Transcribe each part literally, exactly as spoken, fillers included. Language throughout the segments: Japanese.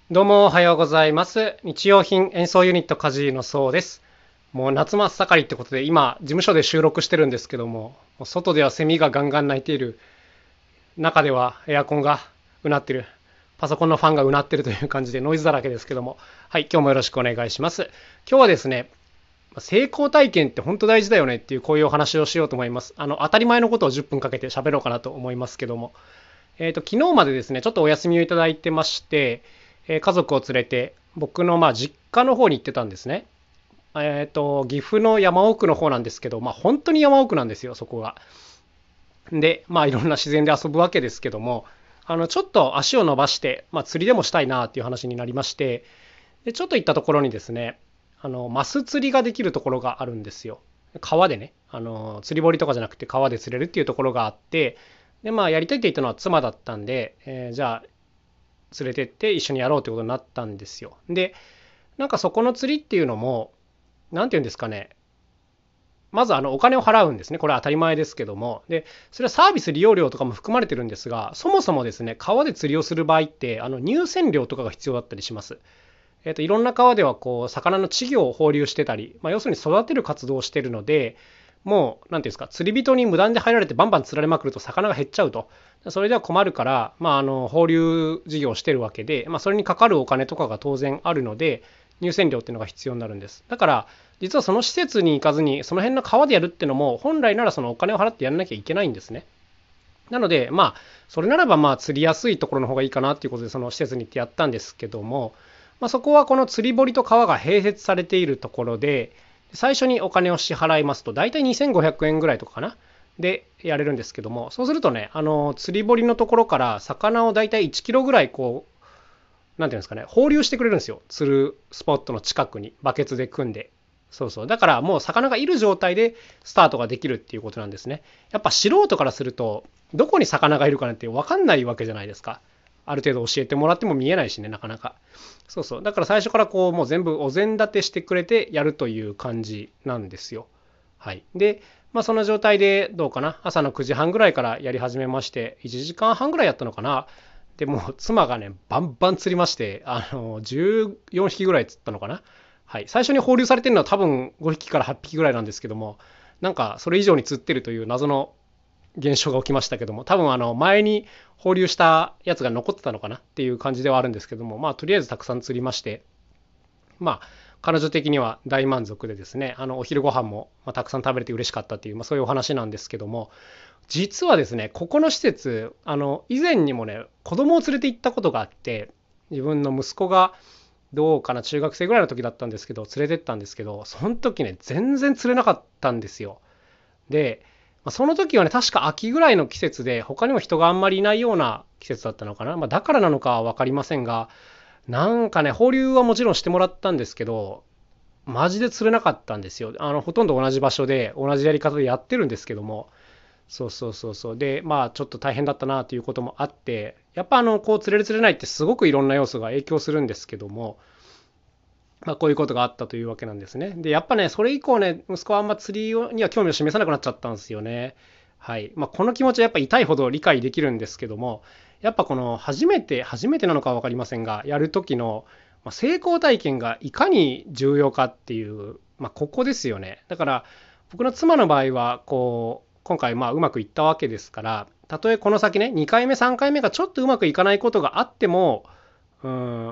どうもおはようございます。日用品演奏ユニットカジのそうです。もう夏真っ盛りってことで今事務所で収録してるんですけども、外ではセミがガンガン鳴いている、中ではエアコンがうなってる、パソコンのファンがうなってるという感じでノイズだらけですけども、はい、今日もよろしくお願いします。今日はですね、成功体験って本当大事だよねっていうこういうお話をしようと思います。あの当たり前のことをじゅっぷんかけて喋ろうかなと思いますけども、えっ、と昨日までですねちょっとお休みをいただいてまして、えー家族を連れて僕のまあ実家の方に行ってたんですね。えっ、と岐阜の山奥の方なんですけど、まあ本当に山奥なんですよそこが。でまあいろんな自然で遊ぶわけですけども、あのちょっと足を伸ばして、まあ、釣りでもしたいなっていう話になりまして、でちょっと行ったところにですね、あのマス釣りができるところがあるんですよ。川でね、あの釣り堀とかじゃなくて川で釣れるっていうところがあって、でまあやりたいって言ったのは妻だったんで、えーじゃあ連れてって一緒にやろうってことになったんですよ。でなんかそこの釣りっていうのも何て言うんですかね、まずあのお金を払うんですね。これは当たり前ですけども。で、それはサービス利用料とかも含まれてるんですが、そもそもですね、川で釣りをする場合って、あの入船料とかが必要だったりします。えっと、いろんな川ではこう、魚の稚魚を放流してたり、まあ、要するに育てる活動をしているので、もう、なんていうんですか、釣り人に無断で入られてバンバン釣られまくると魚が減っちゃうと。それでは困るから、まあ、あの放流事業をしてるわけで、まあ、それにかかるお金とかが当然あるので、入船料っていうのが必要になるんです。だから、実はその施設に行かずに、その辺の川でやるっていうのも、本来ならそのお金を払ってやらなきゃいけないんですね。なので、まあ、それならばまあ釣りやすいところの方がいいかなっていうことで、その施設に行ってやったんですけども、まあ、そこはこの釣り堀と川が併設されているところで、最初にお金を支払いますと、大体にせんごひゃくえんぐらいとかかな。で、やれるんですけども、そうするとね、あの、釣り堀のところから魚を大体いちキロぐらいこう、なんていうんですかね、放流してくれるんですよ。釣るスポットの近くに、バケツで組んで。そうそう。だからもう魚がいる状態でスタートができるっていうことなんですね。やっぱ素人からすると、どこに魚がいるかなんて分かんないわけじゃないですか。ある程度教えてもらっても見えないしね、なかなか。そうそう。だから最初からこう、もう全部お膳立てしてくれてやるという感じなんですよ。はい。で、まあその状態でどうかな。朝のくじはんぐらいからやり始めまして、いちじかんはんぐらいやったのかな。でもう妻がね、バンバン釣りまして、あの、じゅうよんひきぐらい釣ったのかな。はい。最初に放流されてるのは多分ごひきからはっぴきぐらいなんですけども、なんかそれ以上に釣ってるという謎の現象が起きましたけども、多分あの前に放流したやつが残ってたのかなっていう感じではあるんですけども、まあとりあえずたくさん釣りまして、まあ彼女的には大満足でですね、あのお昼ご飯もまあたくさん食べれて嬉しかったっていう、まあ、そういうお話なんですけども、実はですね、ここの施設、あの以前にもね、子供を連れて行ったことがあって、自分の息子がどうかな、中学生ぐらいの時だったんですけど、連れてったんですけど、その時ね、全然釣れなかったんですよ。で、まあその時はね、確か秋ぐらいの季節で、他にも人があんまりいないような季節だったのかな。まあ、だからなのかは分かりませんが、なんかね、放流はもちろんしてもらったんですけど、マジで釣れなかったんですよ。あの、ほとんど同じ場所で、同じやり方でやってるんですけども、そうそうそうそう。で、まあ、ちょっと大変だったなということもあって、やっぱあの、こう、釣れる釣れないってすごくいろんな要素が影響するんですけども、まあ、こういうことがあったというわけなんですね。で、やっぱね、それ以降ね、息子はあんま釣りには興味を示さなくなっちゃったんですよね。はい。まあ、この気持ちはやっぱ痛いほど理解できるんですけども、やっぱこの初めて、初めてなのかは分かりませんが、やる時のまあ成功体験がいかに重要かっていう、まあ、ここですよね。だから、僕の妻の場合は、こう、今回まあうまくいったわけですから、たとえこの先ね、にかいめ、さんかいめがちょっとうまくいかないことがあっても、うん、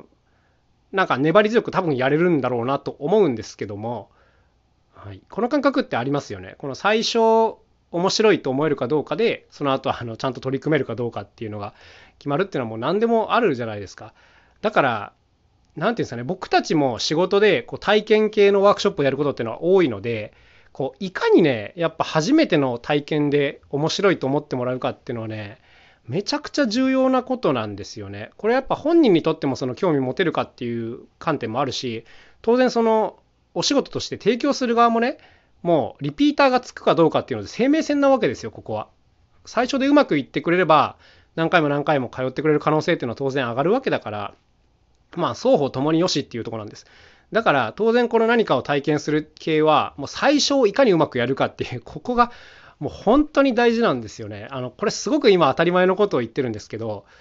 なんか粘り強く多分やれるんだろうなと思うんですけども、はい、この感覚ってありますよね。この最初面白いと思えるかどうかで、その後あのちゃんと取り組めるかどうかっていうのが決まるっていうのはもう何でもあるじゃないですか。だから、なんていうんですかね、僕たちも仕事でこう体験系のワークショップをやることっていうのは多いので、こういかにね、やっぱ初めての体験で面白いと思ってもらうかっていうのはね、めちゃくちゃ重要なことなんですよね。これやっぱ本人にとってもその興味持てるかっていう観点もあるし、当然そのお仕事として提供する側もね、もうリピーターがつくかどうかっていうので生命線なわけですよ、ここは。最初でうまくいってくれれば、何回も何回も通ってくれる可能性っていうのは当然上がるわけだから、まあ双方ともによしっていうところなんです。だから当然この何かを体験する系は、もう最初をいかにうまくやるかっていう、ここがもう本当に大事なんですよね。あの、これすごく今当たり前のことを言ってるんですけど、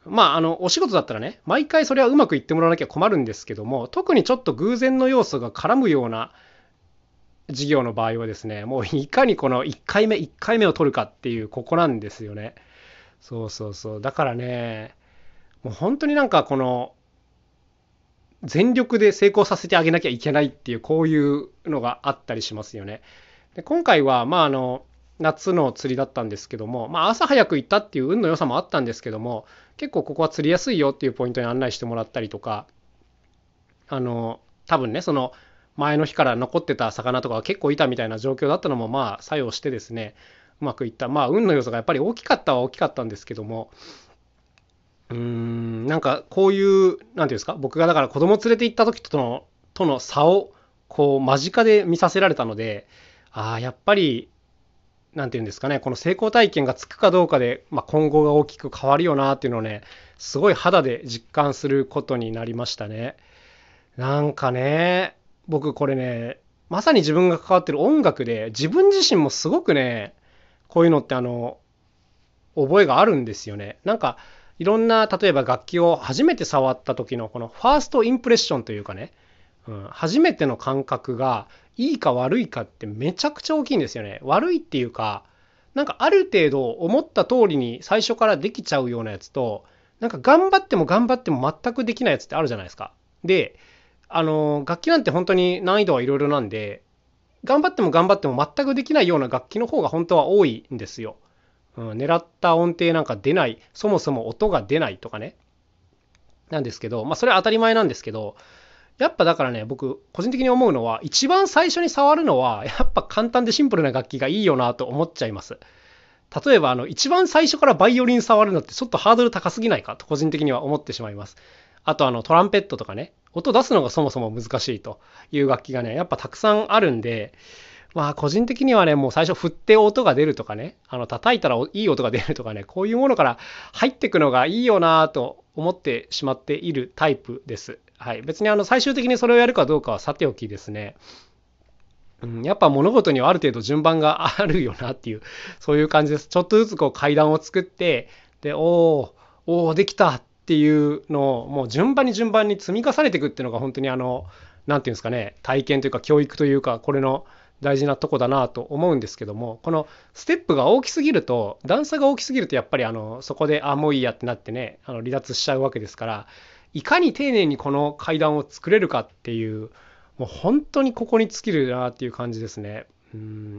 まあ、あの、お仕事だったらね、毎回それはうまくいってもらわなきゃ困るんですけども、特にちょっと偶然の要素が絡むような事業の場合はですね、もういかにこのいっかいめ、いっかいめを取るかっていう、ここなんですよね。そうそうそう。だからね、もう本当になんかこの、全力で成功させてあげなきゃいけないっていう、こういうのがあったりしますよね。で、今回は、まあ、あの、夏の釣りだったんですけども、まあ、朝早く行ったっていう運の良さもあったんですけども、結構ここは釣りやすいよっていうポイントに案内してもらったりとか、あの、多分ね、その前の日から残ってた魚とかが結構いたみたいな状況だったのも、まあ、作用してですね、うまくいった。まあ、運の要素がやっぱり大きかったは大きかったんですけども、うーん、なんかこういう、なんていうんですか、僕がだから子供連れて行った時との、との差を、こう、間近で見させられたので、ああ、やっぱり、なんていうんですかね、この成功体験がつくかどうかで、まあ、今後が大きく変わるよなっていうのをね、すごい肌で実感することになりましたね。なんかね、僕これね、まさに自分が関わってる音楽で、自分自身もすごくね、こういうのってあの、覚えがあるんですよね。なんか、いろんな、例えば楽器を初めて触った時のこのファーストインプレッションというかね、うん、初めての感覚がいいか悪いかってめちゃくちゃ大きいんですよね。悪いっていうか、なんかある程度思った通りに最初からできちゃうようなやつと、なんか頑張っても頑張っても全くできないやつってあるじゃないですか。で、あの、楽器なんて本当に難易度はいろいろなんで、頑張っても頑張っても全くできないような楽器の方が本当は多いんですよ。うん、狙った音程なんか出ない、そもそも音が出ないとかね。なんですけど、まあそれは当たり前なんですけど、やっぱだからね、僕、個人的に思うのは、一番最初に触るのは、やっぱ簡単でシンプルな楽器がいいよなと思っちゃいます。例えば、あの、一番最初からバイオリン触るのってちょっとハードル高すぎないかと、個人的には思ってしまいます。あと、あの、トランペットとかね、音出すのがそもそも難しいという楽器がね、やっぱたくさんあるんで、まあ個人的にはね、もう最初振って音が出るとかね、あの叩いたらいい音が出るとかね、こういうものから入っていくのがいいよなと思ってしまっているタイプです。はい。別にあの最終的にそれをやるかどうかはさておきですね。うん、やっぱ物事にはある程度順番があるよなっていう、そういう感じです。ちょっとずつこう階段を作って、で、おー、おー、できたっていうのをもう順番に順番に積み重ねていくっていうのが本当にあの、なんていうんですかね、体験というか教育というか、これの大事なとこだなと思うんですけども、このステップが大きすぎると、段差が大きすぎるとやっぱりあの、そこで、あ、もういいやってなってね、あの離脱しちゃうわけですから、いかに丁寧にこの階段を作れるかっていう、もう本当にここに尽きるなっていう感じですね。うん、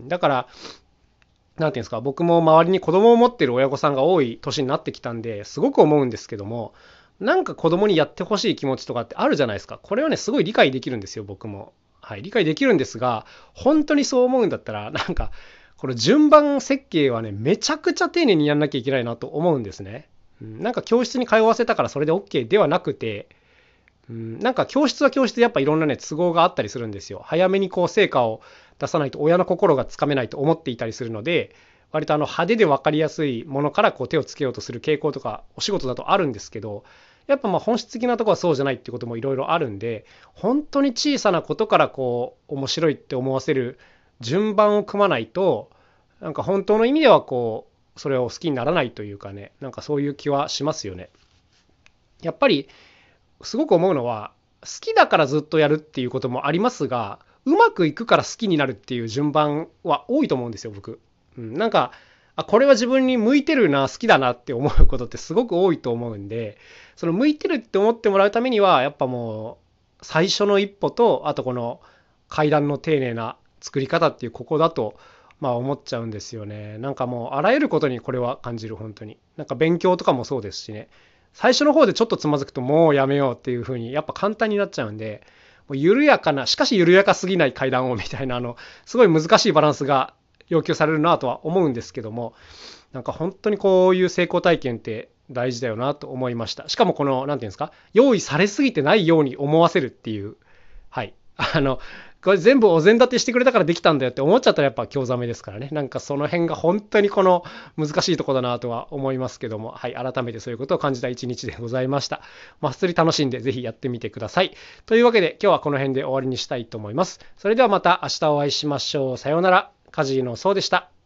だから、なんていうんですか、僕も周りに子供を持ってる親御さんが多い年になってきたんで、すごく思うんですけども、なんか子供にやってほしい気持ちとかってあるじゃないですか。これはね、すごい理解できるんですよ、僕も。はい、理解できるんですが、本当にそう思うんだったら、なんか、この順番設計はね、めちゃくちゃ丁寧にやんなきゃいけないなと思うんですね。うん、なんか教室に通わせたからそれで OK ではなくて、うん、なんか教室は教室でやっぱいろんなね、都合があったりするんですよ。早めにこう成果を出さないと親の心がつかめないと思っていたりするので、割とあの派手で分かりやすいものからこう手をつけようとする傾向とかお仕事だとあるんですけど、やっぱまあ本質的なところはそうじゃないっていうこともいろいろあるんで、本当に小さなことからこう面白いって思わせる順番を組まないと、なんか本当の意味ではこうそれを好きにならないというかね、なんかそういう気はしますよね。やっぱりすごく思うのは、好きだからずっとやるっていうこともありますが、うまくいくから好きになるっていう順番は多いと思うんですよ、僕。うん、なんか、あ、これは自分に向いてるな、好きだなって思うことってすごく多いと思うんで、その向いてるって思ってもらうためには、やっぱもう、最初の一歩と、あとこの階段の丁寧な作り方っていうここだと、まあ思っちゃうんですよね。なんかもうあらゆることにこれは感じる、本当に。なんか勉強とかもそうですしね。最初の方でちょっとつまずくともうやめようっていう風にやっぱ簡単になっちゃうんで、もう緩やかな、しかし緩やかすぎない階段をみたいな、あの、すごい難しいバランスが要求されるなとは思うんですけども、なんか本当にこういう成功体験って大事だよなと思いました。しかもこの、なんていうんですか、用意されすぎてないように思わせるっていう、はい。あの、これ全部お膳立てしてくれたからできたんだよって思っちゃったらやっぱ興ざめですからね。なんかその辺が本当にこの難しいとこだなとは思いますけども、はい、改めてそういうことを感じた一日でございました。マッスリ楽しんでぜひやってみてください。というわけで今日はこの辺で終わりにしたいと思います。それではまた明日お会いしましょう。さようなら。カジノそうでした。